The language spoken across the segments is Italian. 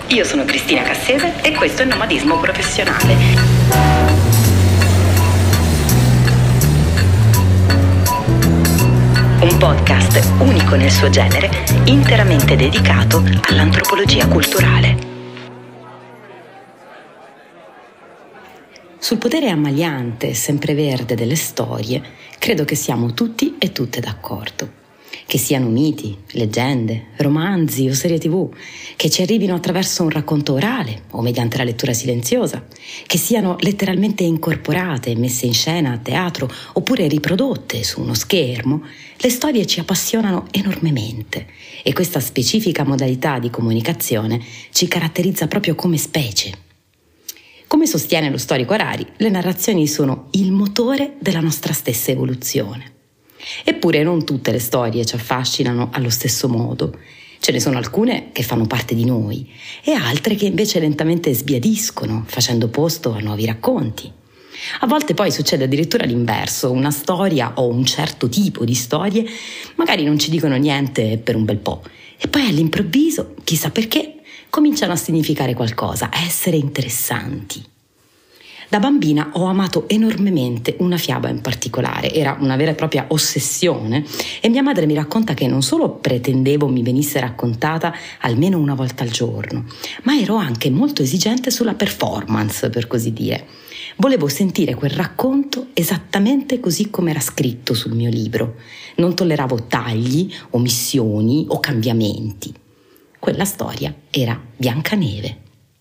io sono Cristina Cassese e questo è Nomadismo Professionale. Un podcast unico nel suo genere, interamente dedicato all'antropologia culturale. Sul potere ammaliante e sempreverde delle storie, credo che siamo tutti e tutte d'accordo. Che siano miti, leggende, romanzi o serie TV, che ci arrivino attraverso un racconto orale o mediante la lettura silenziosa, che siano letteralmente incorporate e messe in scena a teatro oppure riprodotte su uno schermo, le storie ci appassionano enormemente e questa specifica modalità di comunicazione ci caratterizza proprio come specie. Come sostiene lo storico Harari, le narrazioni sono il motore della nostra stessa evoluzione. Eppure non tutte le storie ci affascinano allo stesso modo. Ce ne sono alcune che fanno parte di noi e altre che invece lentamente sbiadiscono, facendo posto a nuovi racconti. A volte poi succede addirittura l'inverso, una storia o un certo tipo di storie magari non ci dicono niente per un bel po' e poi all'improvviso, chissà perché, cominciano a significare qualcosa, a essere interessanti. Da bambina ho amato enormemente una fiaba in particolare, era una vera e propria ossessione e mia madre mi racconta che non solo pretendevo mi venisse raccontata almeno una volta al giorno, ma ero anche molto esigente sulla performance, per così dire. Volevo sentire quel racconto esattamente così come era scritto sul mio libro. Non tolleravo tagli, omissioni o cambiamenti. Quella storia era Biancaneve.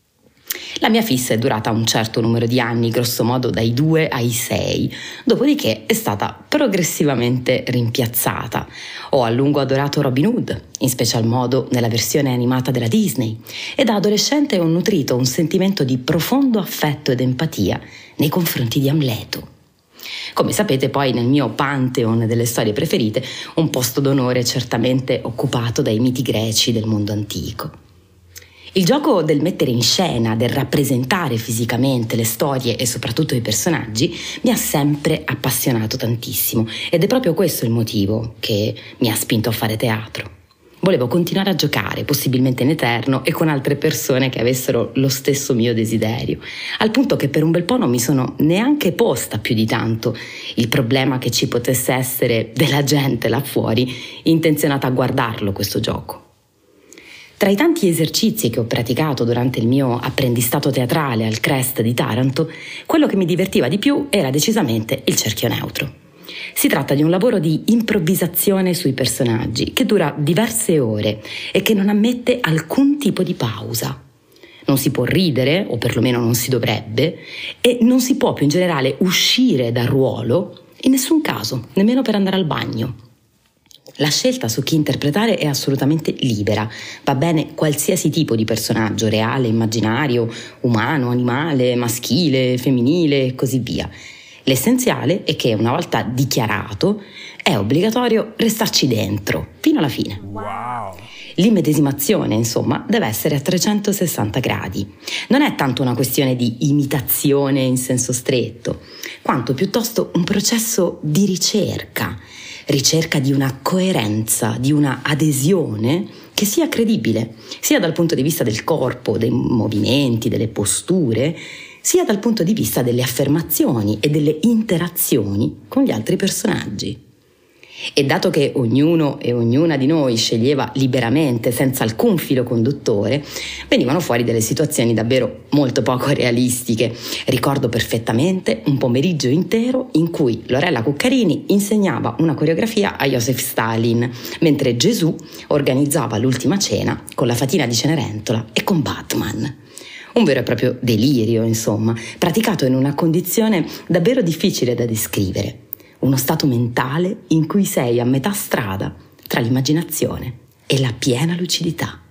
La mia fissa è durata un certo numero di anni, grosso modo dai 2 ai 6, dopodiché è stata progressivamente rimpiazzata. Ho a lungo adorato Robin Hood, in special modo nella versione animata della Disney, e da adolescente ho nutrito un sentimento di profondo affetto ed empatia nei confronti di Amleto. Come sapete poi nel mio pantheon delle storie preferite un posto d'onore è certamente occupato dai miti greci del mondo antico. Il gioco del mettere in scena, del rappresentare fisicamente le storie e soprattutto i personaggi mi ha sempre appassionato tantissimo ed è proprio questo il motivo che mi ha spinto a fare teatro. Volevo continuare a giocare, possibilmente in eterno e con altre persone che avessero lo stesso mio desiderio, al punto che per un bel po' non mi sono neanche posta più di tanto il problema che ci potesse essere della gente là fuori intenzionata a guardarlo questo gioco. Tra i tanti esercizi che ho praticato durante il mio apprendistato teatrale al Crest di Taranto, quello che mi divertiva di più era decisamente il cerchio neutro. Si tratta di un lavoro di improvvisazione sui personaggi che dura diverse ore e che non ammette alcun tipo di pausa. Non si può ridere, o perlomeno non si dovrebbe, e non si può più in generale uscire dal ruolo in nessun caso, nemmeno per andare al bagno. La scelta su chi interpretare è assolutamente libera, va bene qualsiasi tipo di personaggio, reale, immaginario, umano, animale, maschile, femminile e così via. L'essenziale è che una volta dichiarato è obbligatorio restarci dentro, fino alla fine. Wow! L'immedesimazione, insomma, deve essere a 360 gradi. Non è tanto una questione di imitazione in senso stretto, quanto piuttosto un processo di ricerca di una coerenza, di una adesione che sia credibile, sia dal punto di vista del corpo, dei movimenti, delle posture, sia dal punto di vista delle affermazioni e delle interazioni con gli altri personaggi. E dato che ognuno e ognuna di noi sceglieva liberamente, senza alcun filo conduttore, venivano fuori delle situazioni davvero molto poco realistiche. Ricordo perfettamente un pomeriggio intero in cui Lorella Cuccarini insegnava una coreografia a Joseph Stalin, mentre Gesù organizzava l'ultima cena con la fatina di Cenerentola e con Batman. Un vero e proprio delirio, insomma, praticato in una condizione davvero difficile da descrivere. Uno stato mentale in cui sei a metà strada tra l'immaginazione e la piena lucidità.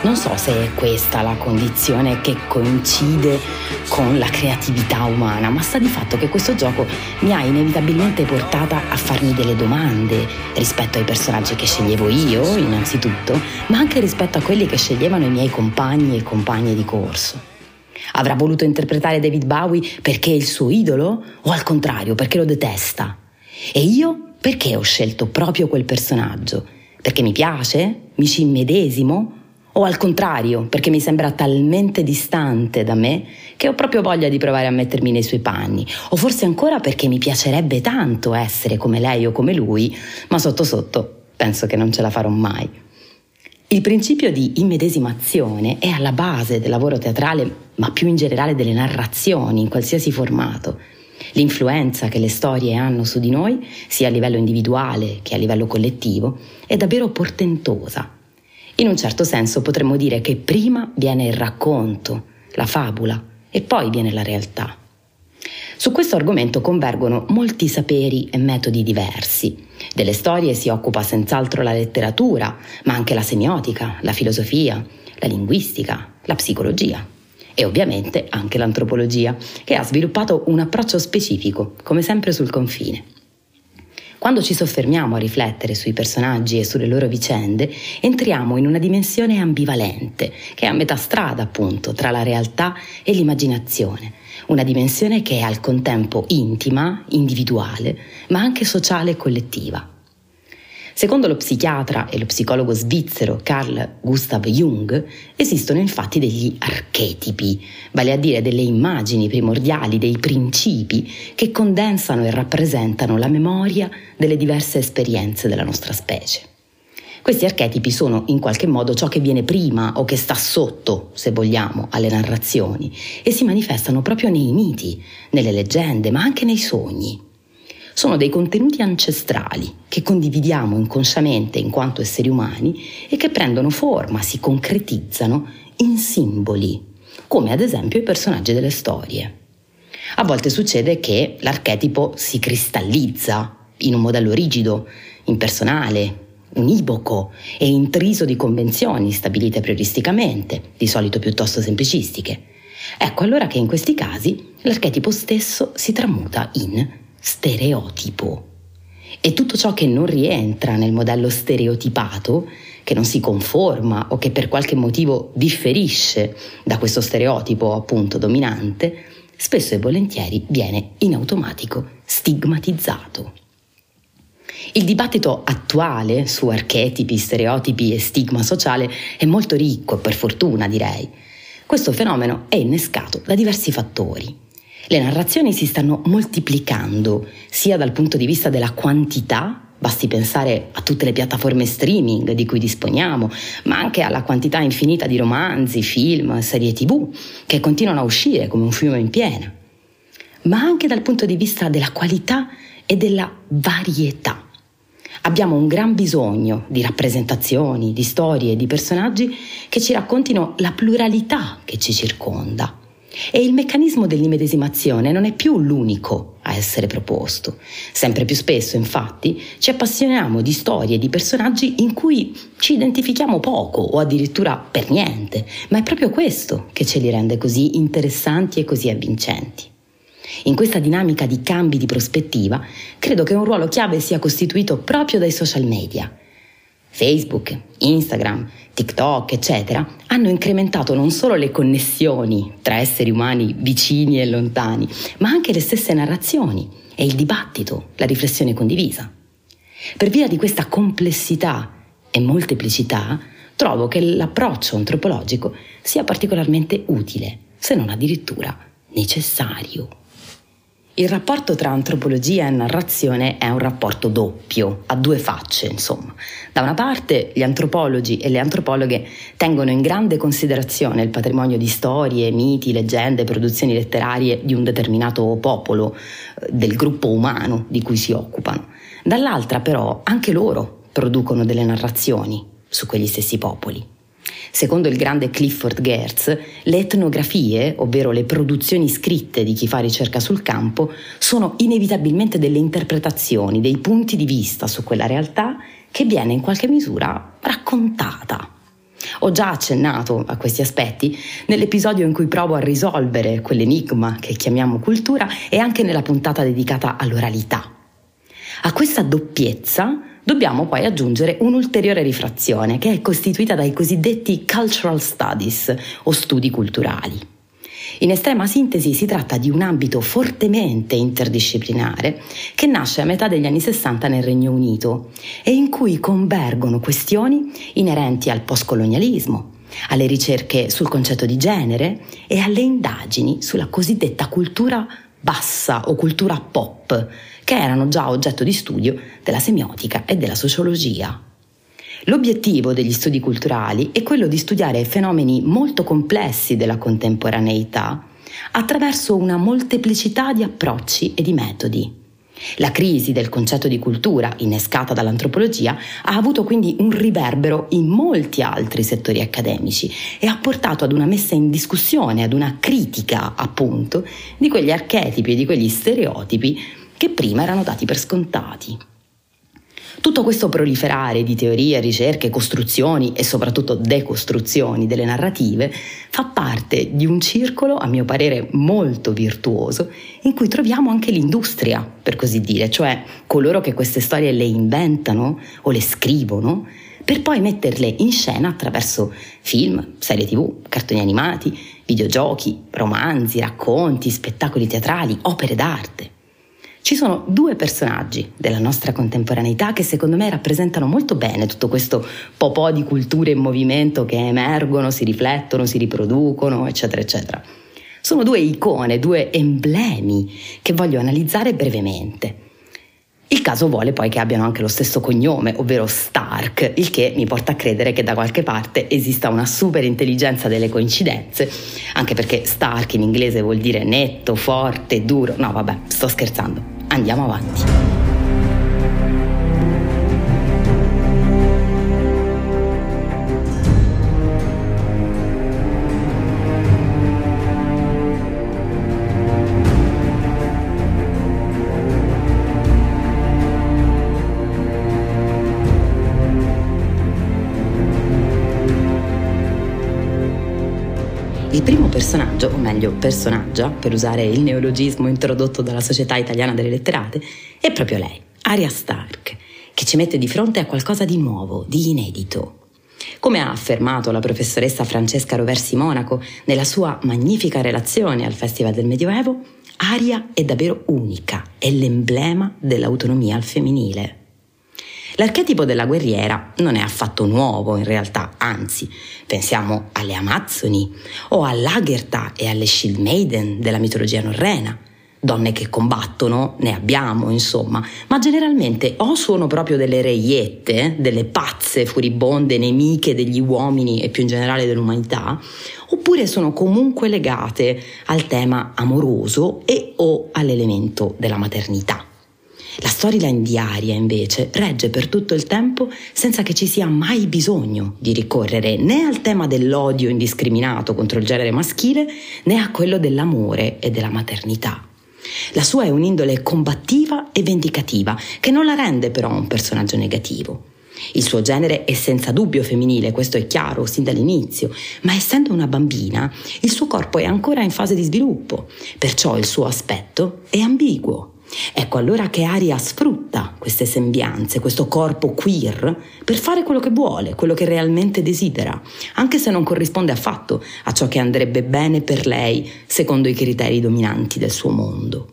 Non so se è questa la condizione che coincide con la creatività umana, ma sta di fatto che questo gioco mi ha inevitabilmente portata a farmi delle domande rispetto ai personaggi che sceglievo io, innanzitutto, ma anche rispetto a quelli che sceglievano i miei compagni e compagne di corso. Avrà voluto interpretare David Bowie perché è il suo idolo o al contrario perché lo detesta? E io perché ho scelto proprio quel personaggio? Perché mi piace? Mi ci immedesimo? O al contrario, perché mi sembra talmente distante da me che ho proprio voglia di provare a mettermi nei suoi panni? O forse ancora perché mi piacerebbe tanto essere come lei o come lui, ma sotto sotto penso che non ce la farò mai. Il principio di immedesimazione è alla base del lavoro teatrale, ma più in generale delle narrazioni in qualsiasi formato. L'influenza che le storie hanno su di noi, sia a livello individuale che a livello collettivo, è davvero portentosa. In un certo senso potremmo dire che prima viene il racconto, la fabula, e poi viene la realtà. Su questo argomento convergono molti saperi e metodi diversi. Delle storie si occupa senz'altro la letteratura, ma anche la semiotica, la filosofia, la linguistica, la psicologia e ovviamente anche l'antropologia, che ha sviluppato un approccio specifico, come sempre sul confine. Quando ci soffermiamo a riflettere sui personaggi e sulle loro vicende, entriamo in una dimensione ambivalente, che è a metà strada, appunto, tra la realtà e l'immaginazione. Una dimensione che è al contempo intima, individuale, ma anche sociale e collettiva. Secondo lo psichiatra e lo psicologo svizzero Carl Gustav Jung, esistono infatti degli archetipi, vale a dire delle immagini primordiali, dei principi che condensano e rappresentano la memoria delle diverse esperienze della nostra specie. Questi archetipi sono in qualche modo ciò che viene prima o che sta sotto, se vogliamo, alle narrazioni e si manifestano proprio nei miti, nelle leggende, ma anche nei sogni. Sono dei contenuti ancestrali che condividiamo inconsciamente in quanto esseri umani e che prendono forma, si concretizzano in simboli, come ad esempio i personaggi delle storie. A volte succede che l'archetipo si cristallizza in un modello rigido, impersonale, univoco e intriso di convenzioni stabilite prioristicamente, di solito piuttosto semplicistiche. Ecco allora che in questi casi l'archetipo stesso si tramuta in stereotipo. E tutto ciò che non rientra nel modello stereotipato, che non si conforma o che per qualche motivo differisce da questo stereotipo appunto dominante, spesso e volentieri viene in automatico stigmatizzato. Il dibattito attuale su archetipi, stereotipi e stigma sociale è molto ricco, per fortuna direi. Questo fenomeno è innescato da diversi fattori. Le narrazioni si stanno moltiplicando, sia dal punto di vista della quantità, basti pensare a tutte le piattaforme streaming di cui disponiamo, ma anche alla quantità infinita di romanzi, film, serie TV che continuano a uscire come un fiume in piena, ma anche dal punto di vista della qualità e della varietà. Abbiamo un gran bisogno di rappresentazioni, di storie, di personaggi che ci raccontino la pluralità che ci circonda. E il meccanismo dell'immedesimazione non è più l'unico a essere proposto. Sempre più spesso, infatti, ci appassioniamo di storie e di personaggi in cui ci identifichiamo poco o addirittura per niente, ma è proprio questo che ce li rende così interessanti e così avvincenti. In questa dinamica di cambi di prospettiva, credo che un ruolo chiave sia costituito proprio dai social media. Facebook, Instagram, TikTok, eccetera, hanno incrementato non solo le connessioni tra esseri umani vicini e lontani, ma anche le stesse narrazioni e il dibattito, la riflessione condivisa. Per via di questa complessità e molteplicità, trovo che l'approccio antropologico sia particolarmente utile, se non addirittura necessario. Il rapporto tra antropologia e narrazione è un rapporto doppio, a due facce, insomma. Da una parte, gli antropologi e le antropologhe tengono in grande considerazione il patrimonio di storie, miti, leggende, produzioni letterarie di un determinato popolo, del gruppo umano di cui si occupano. Dall'altra, però, anche loro producono delle narrazioni su quegli stessi popoli. Secondo il grande Clifford Geertz, le etnografie, ovvero le produzioni scritte di chi fa ricerca sul campo, sono inevitabilmente delle interpretazioni, dei punti di vista su quella realtà che viene in qualche misura raccontata. Ho già accennato a questi aspetti nell'episodio in cui provo a risolvere quell'enigma che chiamiamo cultura e anche nella puntata dedicata all'oralità. A questa doppiezza dobbiamo poi aggiungere un'ulteriore rifrazione che è costituita dai cosiddetti cultural studies o studi culturali. In estrema sintesi si tratta di un ambito fortemente interdisciplinare che nasce a metà degli anni 60 nel Regno Unito e in cui convergono questioni inerenti al postcolonialismo, alle ricerche sul concetto di genere e alle indagini sulla cosiddetta cultura bassa o cultura pop, che erano già oggetto di studio della semiotica e della sociologia. L'obiettivo degli studi culturali è quello di studiare fenomeni molto complessi della contemporaneità attraverso una molteplicità di approcci e di metodi. La crisi del concetto di cultura, innescata dall'antropologia, ha avuto quindi un riverbero in molti altri settori accademici e ha portato ad una messa in discussione, ad una critica, appunto, di quegli archetipi e di quegli stereotipi che prima erano dati per scontati. Tutto questo proliferare di teorie, ricerche, costruzioni e soprattutto decostruzioni delle narrative fa parte di un circolo, a mio parere, molto virtuoso, in cui troviamo anche l'industria, per così dire, cioè coloro che queste storie le inventano o le scrivono, per poi metterle in scena attraverso film, serie TV, cartoni animati, videogiochi, romanzi, racconti, spettacoli teatrali, opere d'arte. Ci sono due personaggi della nostra contemporaneità che secondo me rappresentano molto bene tutto questo popò di culture in movimento che emergono, si riflettono, si riproducono, eccetera, eccetera. Sono due icone, due emblemi che voglio analizzare brevemente. Il caso vuole poi che abbiano anche lo stesso cognome, ovvero Stark, il che mi porta a credere che da qualche parte esista una super intelligenza delle coincidenze, anche perché Stark in inglese vuol dire netto, forte, duro. No, vabbè, sto scherzando. Andiamo avanti. Il primo personaggio, o meglio personaggia, per usare il neologismo introdotto dalla Società Italiana delle Letterate, è proprio lei, Arya Stark, che ci mette di fronte a qualcosa di nuovo, di inedito. Come ha affermato la professoressa Francesca Roversi Monaco nella sua magnifica relazione al Festival del Medioevo, Arya è davvero unica, è l'emblema dell'autonomia al femminile. L'archetipo della guerriera non è affatto nuovo in realtà, anzi, pensiamo alle Amazzoni o all'Agertha e alle Shield Maiden della mitologia norrena. Donne che combattono, ne abbiamo insomma, ma generalmente o sono proprio delle reiette, delle pazze furibonde nemiche degli uomini e più in generale dell'umanità, oppure sono comunque legate al tema amoroso e o all'elemento della maternità. La storyline di Arya, invece, regge per tutto il tempo senza che ci sia mai bisogno di ricorrere né al tema dell'odio indiscriminato contro il genere maschile, né a quello dell'amore e della maternità. La sua è un'indole combattiva e vendicativa, che non la rende però un personaggio negativo. Il suo genere è senza dubbio femminile, questo è chiaro sin dall'inizio, ma essendo una bambina, il suo corpo è ancora in fase di sviluppo, perciò il suo aspetto è ambiguo. Ecco allora che Arya sfrutta queste sembianze, questo corpo queer, per fare quello che vuole, quello che realmente desidera, anche se non corrisponde affatto a ciò che andrebbe bene per lei secondo i criteri dominanti del suo mondo.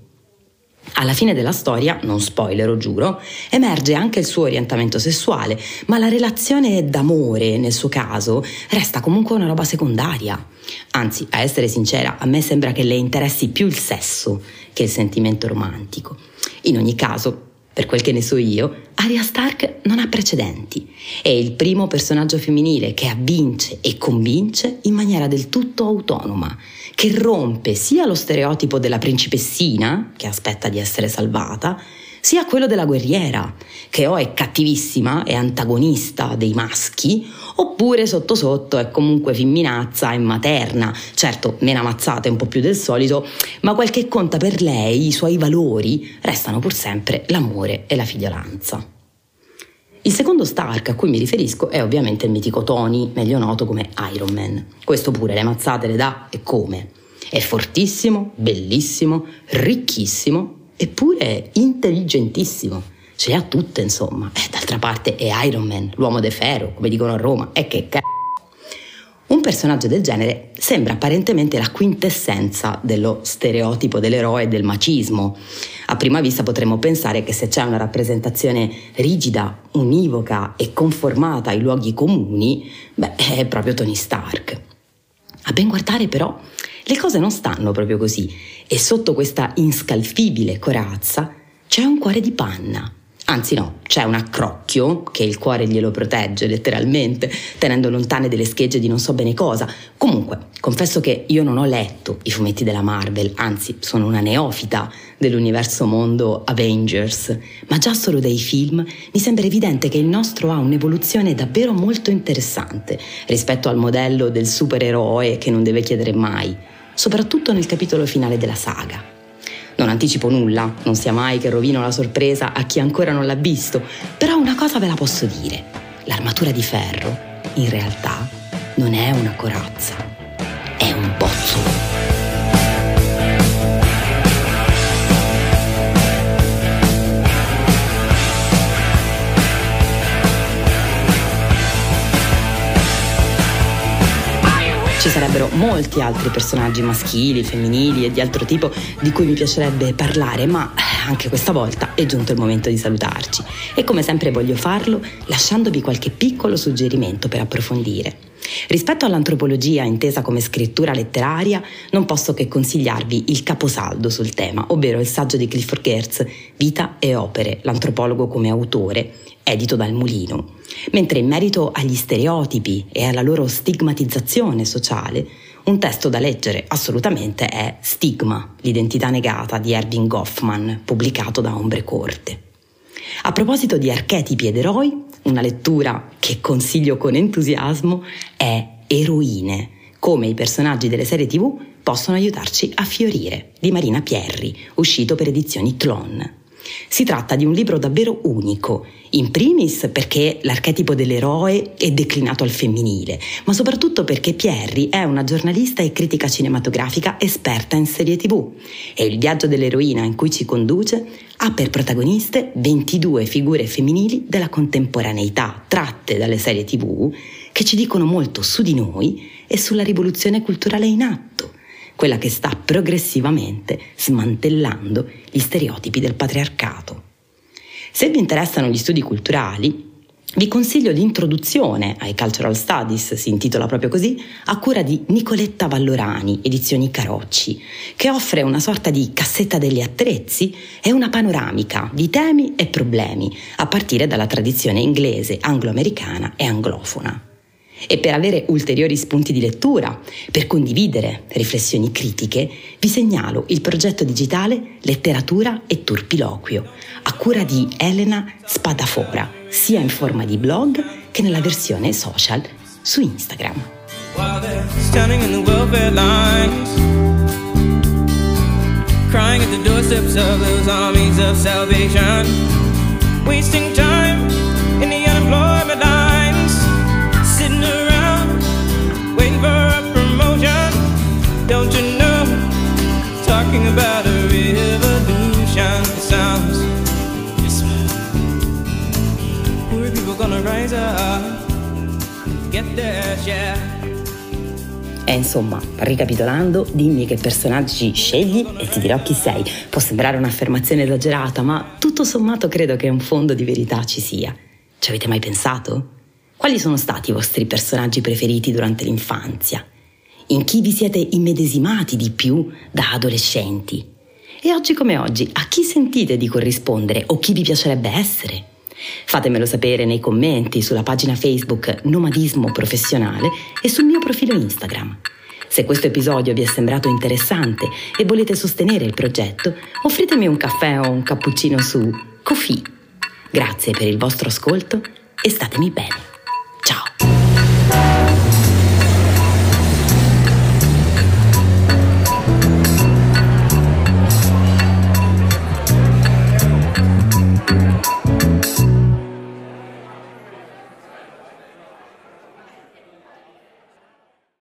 Alla fine della storia, non spoiler, giuro, emerge anche il suo orientamento sessuale, ma la relazione d'amore, nel suo caso, resta comunque una roba secondaria. Anzi, a essere sincera, a me sembra che le interessi più il sesso che il sentimento romantico. In ogni caso, per quel che ne so io, Arya Stark non ha precedenti. È il primo personaggio femminile che avvince e convince in maniera del tutto autonoma, che rompe sia lo stereotipo della principessina, che aspetta di essere salvata, sia quello della guerriera, che o è cattivissima, è antagonista dei maschi, oppure sotto sotto è comunque femminazza e materna, certo meno ammazzata un po' più del solito, ma quel che conta per lei, i suoi valori, restano pur sempre l'amore e la figliolanza. Il secondo Stark a cui mi riferisco è ovviamente il mitico Tony, meglio noto come Iron Man. Questo pure le mazzate le dà e come. È fortissimo, bellissimo, ricchissimo, eppure intelligentissimo. Ce le ha tutte, insomma. D'altra parte è Iron Man, l'uomo de ferro, come dicono a Roma. E che c***o. Un personaggio del genere sembra apparentemente la quintessenza dello stereotipo dell'eroe e del macismo. A prima vista potremmo pensare che se c'è una rappresentazione rigida, univoca e conformata ai luoghi comuni, è proprio Tony Stark. A ben guardare però, le cose non stanno proprio così e sotto questa inscalfibile corazza c'è un cuore di panna. Anzi no, c'è un accrocchio che il cuore glielo protegge letteralmente, tenendo lontane delle schegge di non so bene cosa. Comunque, confesso che io non ho letto i fumetti della Marvel, anzi sono una neofita dell'universo mondo Avengers, ma già solo dai film mi sembra evidente che il nostro ha un'evoluzione davvero molto interessante rispetto al modello del supereroe che non deve chiedere mai, soprattutto nel capitolo finale della saga. Non anticipo nulla, non sia mai che rovino la sorpresa a chi ancora non l'ha visto, però una cosa ve la posso dire. L'armatura di ferro, in realtà, non è una corazza, è un bozzolo. Ci sarebbero molti altri personaggi maschili, femminili e di altro tipo di cui mi piacerebbe parlare, ma anche questa volta è giunto il momento di salutarci. E come sempre voglio farlo lasciandovi qualche piccolo suggerimento per approfondire. Rispetto all'antropologia intesa come scrittura letteraria, non posso che consigliarvi il caposaldo sul tema, ovvero il saggio di Clifford Geertz, Vita e opere, l'antropologo come autore, edito dal Mulino. Mentre in merito agli stereotipi e alla loro stigmatizzazione sociale, un testo da leggere assolutamente è Stigma, l'identità negata di Erving Goffman, pubblicato da Ombre Corte. A proposito di archetipi ed eroi, una lettura che consiglio con entusiasmo è Eroine, come i personaggi delle serie TV possono aiutarci a fiorire, di Marina Pierri, uscito per edizioni Tlon. Si tratta di un libro davvero unico, in primis perché l'archetipo dell'eroe è declinato al femminile, ma soprattutto perché Pierri è una giornalista e critica cinematografica esperta in serie TV e il viaggio dell'eroina in cui ci conduce ha per protagoniste 22 figure femminili della contemporaneità tratte dalle serie TV che ci dicono molto su di noi e sulla rivoluzione culturale in atto, quella che sta progressivamente smantellando gli stereotipi del patriarcato. Se vi interessano gli studi culturali, vi consiglio l'introduzione ai Cultural Studies, si intitola proprio così, a cura di Nicoletta Vallorani, edizioni Carocci, che offre una sorta di cassetta degli attrezzi e una panoramica di temi e problemi, a partire dalla tradizione inglese, anglo-americana e anglofona. E per avere ulteriori spunti di lettura, per condividere riflessioni critiche, vi segnalo il progetto digitale Letteratura e Turpiloquio, a cura di Elena Spadafora, sia in forma di blog che nella versione social su Instagram. While they're standing in the welfare lines, crying at the doorsteps of those armies of salvation, wasting time in the unemployment lines, sitting around waiting for a promotion. Don't you know, talking about a revolution sounds poor people gonna rise up, get their share. E insomma, ricapitolando, dimmi che personaggi scegli e ti dirò chi sei. Può sembrare un'affermazione esagerata, ma tutto sommato credo che un fondo di verità ci sia. Ci avete mai pensato? Quali sono stati i vostri personaggi preferiti durante l'infanzia? In chi vi siete immedesimati di più da adolescenti? E oggi come oggi, a chi sentite di corrispondere o chi vi piacerebbe essere? Fatemelo sapere nei commenti sulla pagina Facebook Nomadismo Professionale e sul mio profilo Instagram. Se questo episodio vi è sembrato interessante e volete sostenere il progetto, offritemi un caffè o un cappuccino su Ko-fi. Grazie per il vostro ascolto e statemi bene.